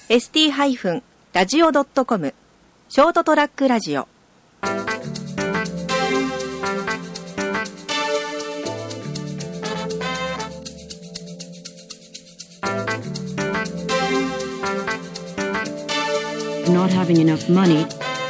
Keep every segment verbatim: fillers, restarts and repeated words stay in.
エスティー ラジオ ドットコム ショートトラックラジオ。 Not having enough money.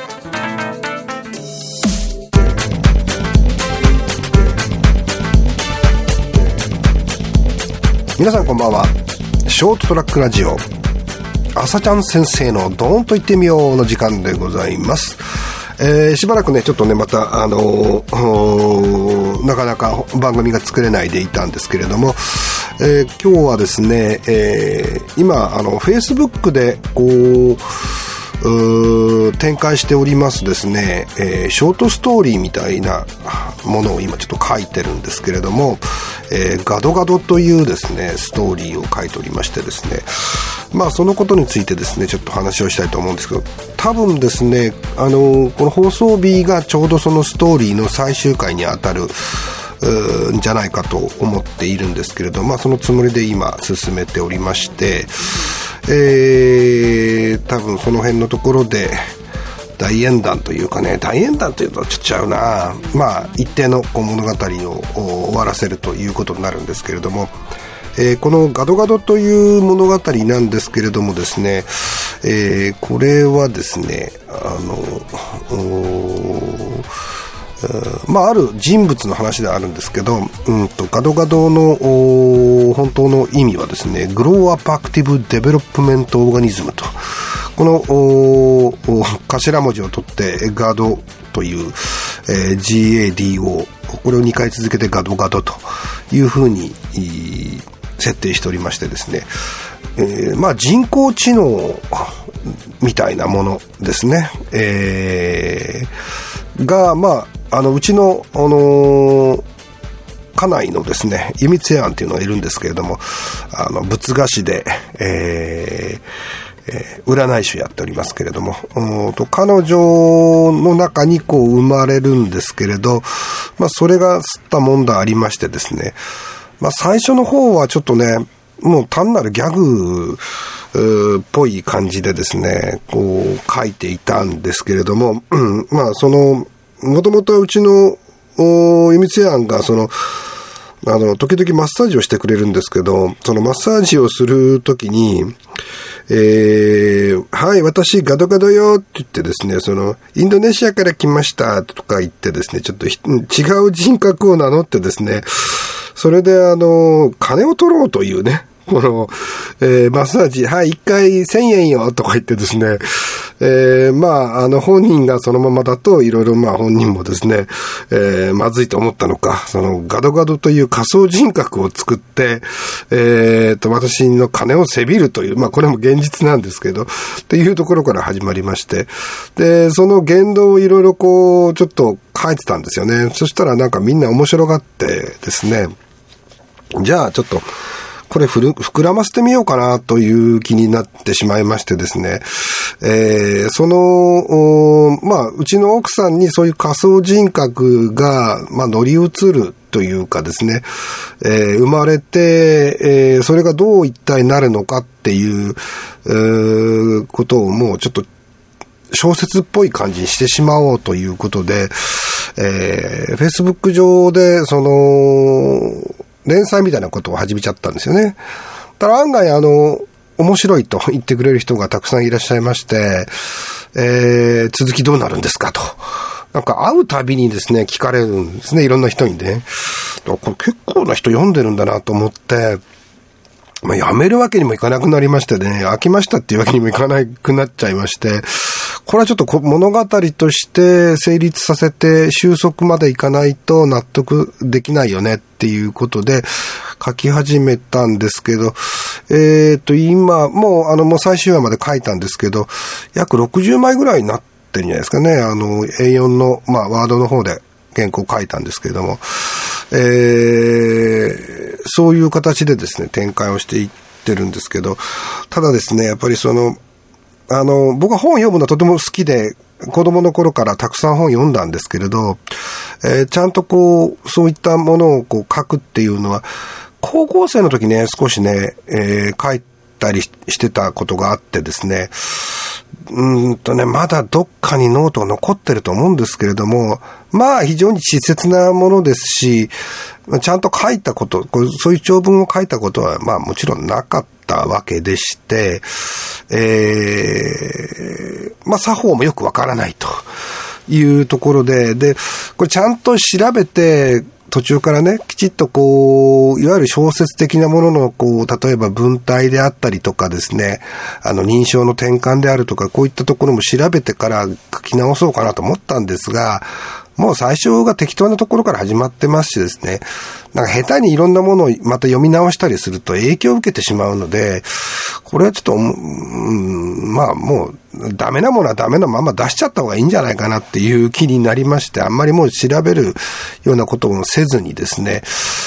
皆さんこんばんは。ショートトラックラジオ、朝ちゃん先生のドーンと言ってみようの時間でございます。えー、しばらくねちょっとねまたあのー、なかなか番組が作れないでいたんですけれども、えー、今日はですね、えー、今あの Facebook でこうう展開しておりますですね、えー、ショートストーリーみたいなものを今ちょっと書いてるんですけれども、えー、ガドガドというですねストーリーを書いておりましてですね、まあそのことについてですねちょっと話をしたいと思うんですけど、多分ですねあのこの放送日がちょうどそのストーリーの最終回にあたるんじゃないかと思っているんですけれど、まあそのつもりで今進めておりまして、えー、多分その辺のところで大演談というかね、大演談というとちょっとちゃうな、まあ一定のこう物語を終わらせるということになるんですけれども、えー、このガドガドという物語なんですけれどもですね、えー、これはですねあのまあ、ある人物の話ではあるんですけど、うんとガドガドの本当の意味はですね、グローアップアクティブデベロップメントオーガニズムと、この頭文字を取ってガドという、えー、ジーエーディーオー、 これをにかい続けてガドガドというふうに設定しておりましてですね、えー、まあ人工知能みたいなものですね、えー、がまああのうちの、あのー、家内のですね弓津庵っていうのがいるんですけれども、あの仏画師で、えーえー、占い師をやっておりますけれども、と彼女の中にこう生まれるんですけれど、まあ、それが吸ったもんだありましてですね、まあ、最初の方はちょっとねもう単なるギャグっぽい感じでですねこう書いていたんですけれども、うん、まあそのもともとはうちの弓津庵がそのあの時々マッサージをしてくれるんですけど、そのマッサージをするときに、えー、はい私ガドガドよって言ってですね、そのインドネシアから来ましたとか言ってですね、ちょっと違う人格を名乗ってですね、それであの金を取ろうというね、この、えー、マッサージ、はい、一回千円よとか言ってですね、えー、まあ、あの、本人がそのままだと、いろいろまあ本人もですね、えー、まずいと思ったのか、そのガドガドという仮想人格を作って、えーと、私の金をせびるという、まあこれも現実なんですけど、っていうところから始まりまして、で、その言動をいろいろこう、ちょっと書いてたんですよね。そしたらなんかみんな面白がってですね、じゃあちょっと、これ膨らませてみようかなという気になってしまいましてですね、えー、その、まあ、うちの奥さんにそういう仮想人格が、まあ、乗り移るというかですね、えー、生まれて、えー、それがどう一体なるのかっていう、えー、ことをもうちょっと小説っぽい感じにしてしまおうということで、えー、Facebook 上で、その、連載みたいなことを始めちゃったんですよね。ただ案外あの面白いと言ってくれる人がたくさんいらっしゃいまして、えー、続きどうなるんですかと、なんか会うたびにですね聞かれるんですね、いろんな人にね。これ結構な人読んでるんだなと思って、まあ、やめるわけにもいかなくなりましてね、飽きましたっていうわけにもいかなくなっちゃいまして、これはちょっと物語として成立させて収束までいかないと納得できないよねっていうことで書き始めたんですけど、えーと今もうあのもう最終話まで書いたんですけど、約ろくじゅうまいぐらいになってるんじゃないですかね。あの エーよん のまあワードの方で原稿書いたんですけれども、えー、そういう形でですね展開をしていってるんですけど、ただですねやっぱりそのあの僕は本を読むのはとても好きで、子供の頃からたくさん本を読んだんですけれど、えー、ちゃんとこうそういったものをこう書くっていうのは高校生の時ね少しね、えー、書いたりしてたことがあってですね、うーんとね、まだどっかにノートが残ってると思うんですけれども、まあ非常に稚拙なものですし、ちゃんと書いたこと、こうそういう長文を書いたことはまあもちろんなかったわけでして、えー、まあ作法もよくわからないというところで、で、これちゃんと調べて、途中からね、きちっとこう、いわゆる小説的なものの、こう、例えば文体であったりとかですね、あの、認証の転換であるとか、こういったところも調べてから書き直そうかなと思ったんですが、もう最初が適当なところから始まってますしですね、なんか下手にいろんなものをまた読み直したりすると影響を受けてしまうので、これはちょっと、うん、まあもうダメなものはダメなまま出しちゃった方がいいんじゃないかなっていう気になりまして、あんまりもう調べるようなこともせずにですね、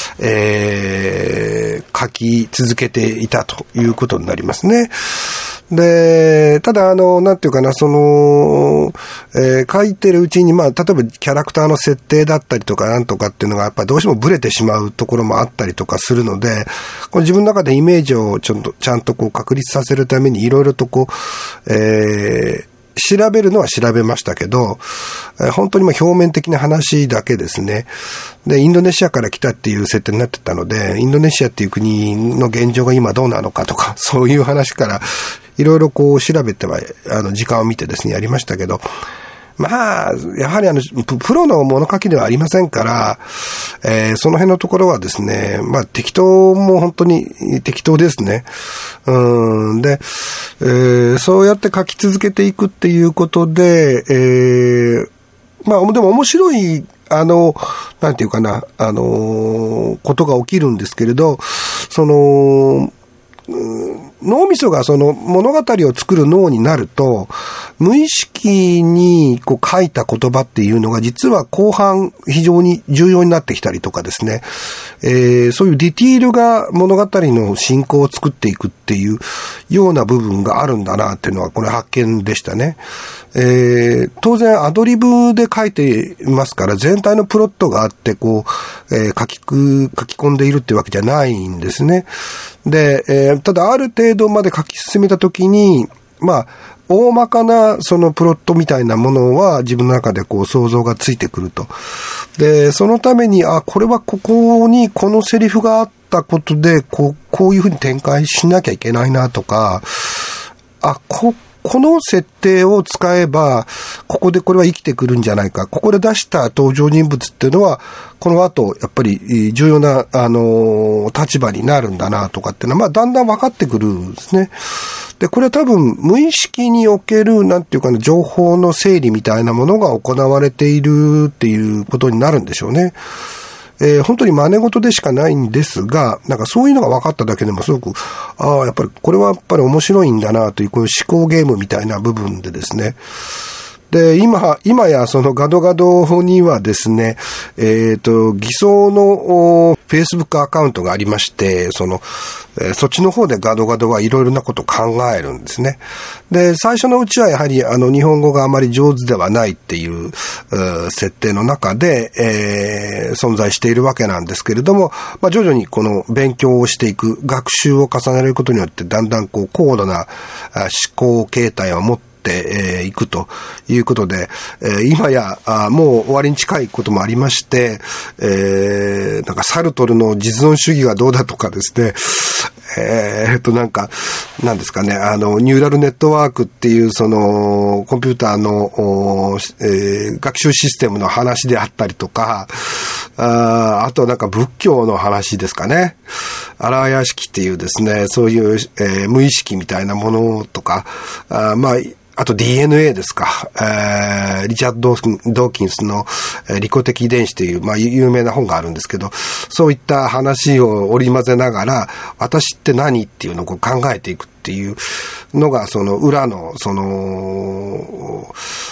えー、書き続けていたということになりますね。で、ただあの、なんていうかな、その、えー、書いてるうちに、まあ、例えばキャラクターの設定だったりとかなんとかっていうのがやっぱりどうしてもブレてしまうところもあったりとかするので、これ自分の中でイメージをちょっと、ちゃんとこう確立させるためにいろいろとこう、えー、調べるのは調べましたけど、えー、本当にまあ表面的な話だけですね。で、インドネシアから来たっていう設定になってたので、インドネシアっていう国の現状が今どうなのかとか、そういう話からいろいろこう調べては、あの、時間を見てですね、やりましたけど、まあ、やはりあの、プロの物書きではありませんから、えー、その辺のところはですね、まあ適当も本当に適当ですね。うん、で、えー、そうやって書き続けていくっていうことで、えー、まあでも面白い、あの、なんていうかな、あの、ことが起きるんですけれど、その、脳みそがその物語を作る脳になると、無意識にこう書いた言葉っていうのが実は後半非常に重要になってきたりとかですね、えー、そういうディティールが物語の進行を作っていくっていうような部分があるんだなっていうのはこれ発見でしたね。えー、当然アドリブで書いていますから全体のプロットがあってこう、えー、書きく、書き込んでいるってわけじゃないんですね。で、えー、ただある程度まで書き進めたときに、まあ、大まかなそのプロットみたいなものは自分の中でこう想像がついてくると。で、そのために、あ、これはここにこのセリフがあったことで、こう、こういうふうに展開しなきゃいけないなとか、あ、こ、この設定を使えば、ここでこれは生きてくるんじゃないか。ここで出した登場人物っていうのは、この後、やっぱり重要な、あの、立場になるんだなとかっていうのは、まあ、だんだん分かってくるんですね。で、これは多分、無意識における、なんていうかな、情報の整理みたいなものが行われているっていうことになるんでしょうね。えー、本当に真似事でしかないんですが、なんかそういうのが分かっただけでもすごく、ああ、やっぱりこれはやっぱり面白いんだなという、こういう思考ゲームみたいな部分でですね。で、今、今やそのガドガドにはですね、えっと、偽装の Facebook アカウントがありまして、その、えー、そっちの方でガドガドはいろいろなことを考えるんですね。で、最初のうちはやはりあの日本語があまり上手ではないっていう、う設定の中で、えー、存在しているわけなんですけれども、まあ、徐々にこの勉強をしていく、学習を重ねることによってだんだんこう高度な思考形態を持ってていくということで、えー、今やあもう終わりに近いこともありまして、えー、なんかサルトルの実存主義がどうだとかですね、えー、っとなんかなんですかね、あのニューラルネットワークっていうそのコンピューターの、えー、学習システムの話であったりとか、あ, あとなんか仏教の話ですかね。荒屋敷っていうですね、そういう、えー、無意識みたいなものとか、あまあ、あと ディーエヌエー ですか。えー、リチャード・ドーキンスの、えー、利己的遺伝子という、まあ、有名な本があるんですけど、そういった話を織り交ぜながら、私って何っていうのをこう考えていくっていうのが、その裏の、その、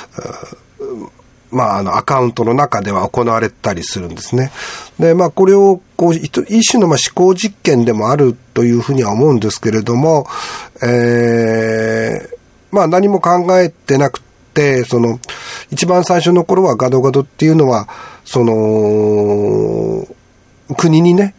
まあ、あの、アカウントの中では行われたりするんですね。で、まあ、これを、こう、一種のまあ思考実験でもあるというふうには思うんですけれども、えー、まあ、何も考えてなくて、その、一番最初の頃はガドガドっていうのは、その、国にね、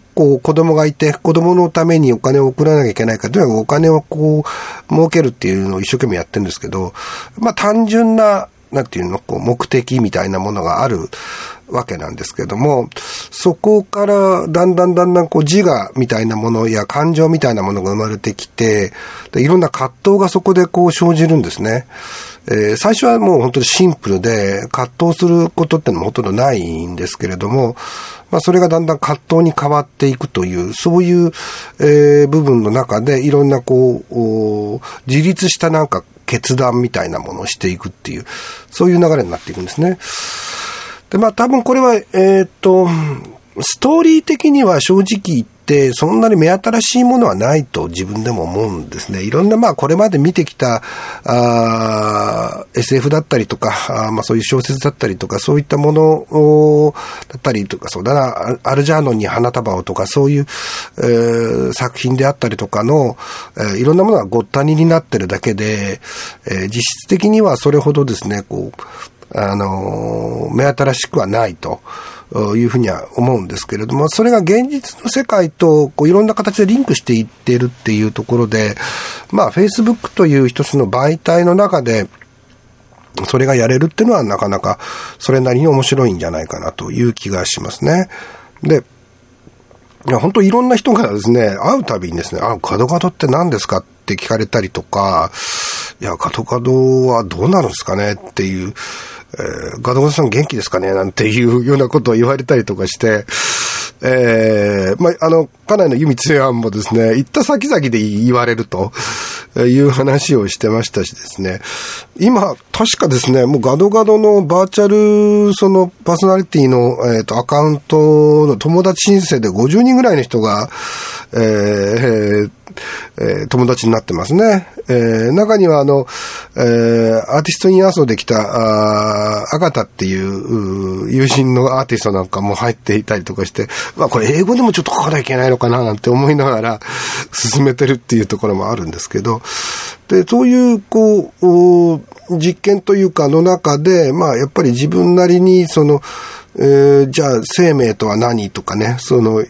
こう子供がいて、子供のためにお金を送らなきゃいけないから、とにかくお金をこう、儲けるっていうのを一生懸命やってるんですけど、まあ単純な、なんていうの、こう目的みたいなものがあるわけなんですけども、そこからだんだんだんだんこう自我みたいなものや感情みたいなものが生まれてきて、でいろんな葛藤がそこでこう生じるんですね。えー、最初はもう本当にシンプルで葛藤することってのもほとんどないんですけれども、まあそれがだんだん葛藤に変わっていくという、そういう、えー、部分の中でいろんなこう、自立したなんか決断みたいなものをしていくっていう、そういう流れになっていくんですね。で、まあ多分これは、えー、っと、ストーリー的には正直言ってそんなに目新しいものはないと自分でも思うんですね。いろんなまあこれまで見てきたあ エスエフ だったりとか、あまあそういう小説だったりとかそういったものだったりとか、そうだな、アルジャーノンに花束をとかそういう、えー、作品であったりとかの、えー、いろんなものがごったにになってるだけで、えー、実質的にはそれほどですね、こうあのー、目新しくはないというふうには思うんですけれども、それが現実の世界とこういろんな形でリンクしていっているっていうところで、まあ Facebook という一つの媒体の中でそれがやれるっていうのはなかなかそれなりに面白いんじゃないかなという気がしますね。で、いや本当いろんな人がですね、会うたびにですね、あ、ガドガドって何ですかって聞かれたりとか、いや、ガドガドはどうなるんですかねっていう、えー、ガドガドさん元気ですかねなんていうようなことを言われたりとかして、えー、まあ、あの、家内の由美つやんもですね、行った先々で言われるという話をしてましたしですね、今、確かですね、もうガドガドのバーチャル、そのパーソナリティの、えーと、アカウントの友達申請でごじゅうにんぐらいの人が、えー、えー、友達になってますね。えー、中にはあの、えー、アーティストインアーソーで来た、あアガタっていう友人のアーティストなんかも入っていたりとかして、まあこれ英語でもちょっと書かなきゃいけないのかななんて思いながら進めてるっていうところもあるんですけど、で、そういう、こう、実験というかの中で、まあやっぱり自分なりにその、えー、じゃあ生命とは何とかね、その、うん、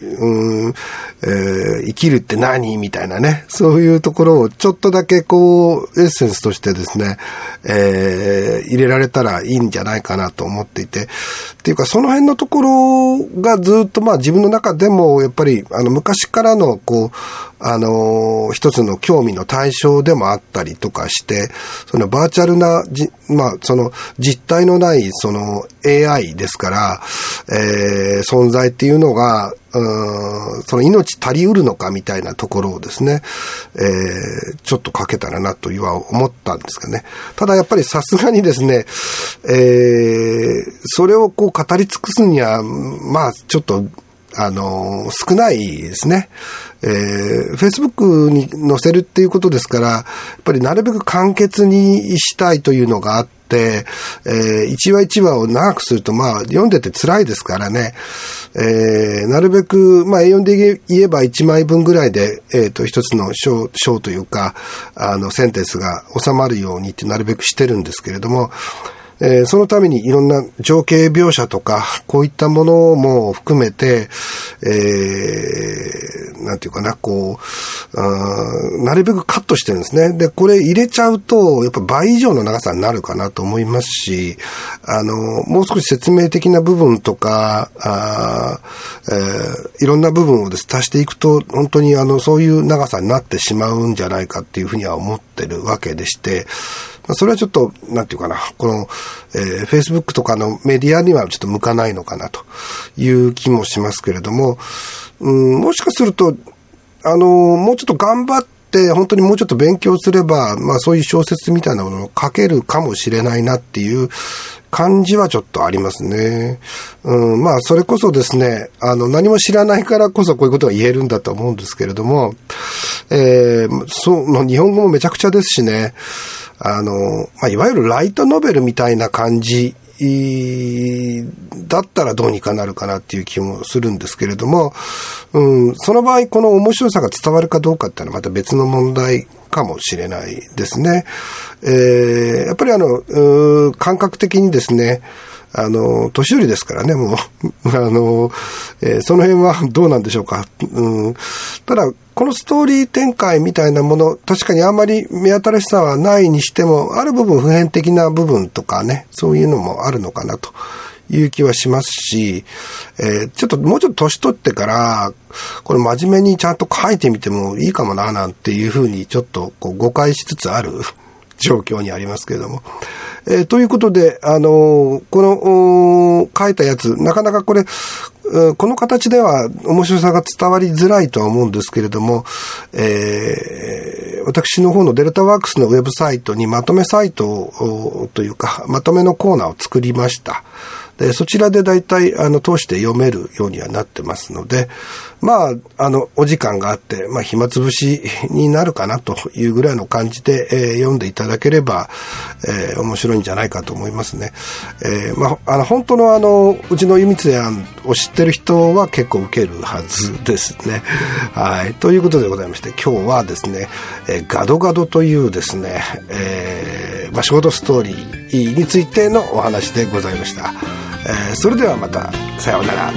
えー、生きるって何みたいなね、そういうところをちょっとだけこうエッセンスとしてですね、えー、入れられたらいいんじゃないかなと思っていて、っていうかその辺のところがずっとまあ自分の中でもやっぱりあの昔からのこうあのー、一つの興味の対象でもあったりとかして、そのバーチャルなじまあその実体のないその エーアイ ですから。えー、存在っていうのが、うん、その命足りうるのかみたいなところをですね、えー、ちょっとかけたらなとは思ったんですけどね。ただやっぱりさすがにですね、えー、それをこう語り尽くすには、まあちょっと、あのー、少ないですね。えー、Facebook に載せるっていうことですから、やっぱりなるべく簡潔にしたいというのがあって、で、えー、一話一話を長くすると、まあ、読んでて辛いですからね、えー、なるべく、まあ、エーよん で言えばいちまいぶんぐらいで、えっと、一つの章、章というか、あの、センテンスが収まるようにってなるべくしてるんですけれども、えー、そのためにいろんな情景描写とか、こういったものも含めて、えー、なんていうかな、こう、あなるべくカットしてるんですね。で、これ入れちゃうと、やっぱ倍以上の長さになるかなと思いますし、あの、もう少し説明的な部分とか、あえー、いろんな部分をです、足していくと、本当にあの、そういう長さになってしまうんじゃないかっていうふうには思ってるわけでして、それはちょっと、なんていうかな、この、えー、Facebook とかのメディアにはちょっと向かないのかなという気もしますけれども、うん、もしかすると、あの、もうちょっと頑張って、本当にもうちょっと勉強すれば、まあそういう小説みたいなものを書けるかもしれないなっていう感じはちょっとありますね。うん、まあそれこそですね、あの、何も知らないからこそこういうことが言えるんだと思うんですけれども、えー、その日本語もめちゃくちゃですしね、あの、まあ、いわゆるライトノベルみたいな感じだったらどうにかなるかなっていう気もするんですけれども、うん、その場合この面白さが伝わるかどうかっていうのはまた別の問題かもしれないですね。えー、やっぱりあの、感覚的にですね、 あの、年寄りですからね、もう、あの、えー、その辺はどうなんでしょうか。うん、ただ、このストーリー展開みたいなもの、確かにあんまり目新しさはないにしても、ある部分普遍的な部分とかね、そういうのもあるのかなという気はしますし、えー、ちょっともうちょっと年取ってから、これ真面目にちゃんと書いてみてもいいかもな、なんていうふうにちょっとこう誤解しつつある状況にありますけれども。えー、ということで、あのー、この書いたやつ、なかなかこれ、この形では面白さが伝わりづらいとは思うんですけれども、えー、私の方のデルタワークスのウェブサイトにまとめサイトをというか、まとめのコーナーを作りました。でそちらで大体あの通して読めるようにはなってますので、まあ、あの、お時間があって、まあ、暇つぶしになるかなというぐらいの感じで、えー、読んでいただければ、えー、面白いんじゃないかと思いますね。えー、まあ、あの、本当のあの、うちの湯光庵を知ってる人は結構受けるはずですね。はい。ということでございまして、今日はですね、えー、ガドガドというですね、えー、まあ、ショートストーリーについてのお話でございました。えー、それではまた、さようなら。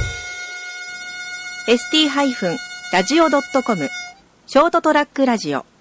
エスティー ラジオ ドットコム ショートトラックラジオ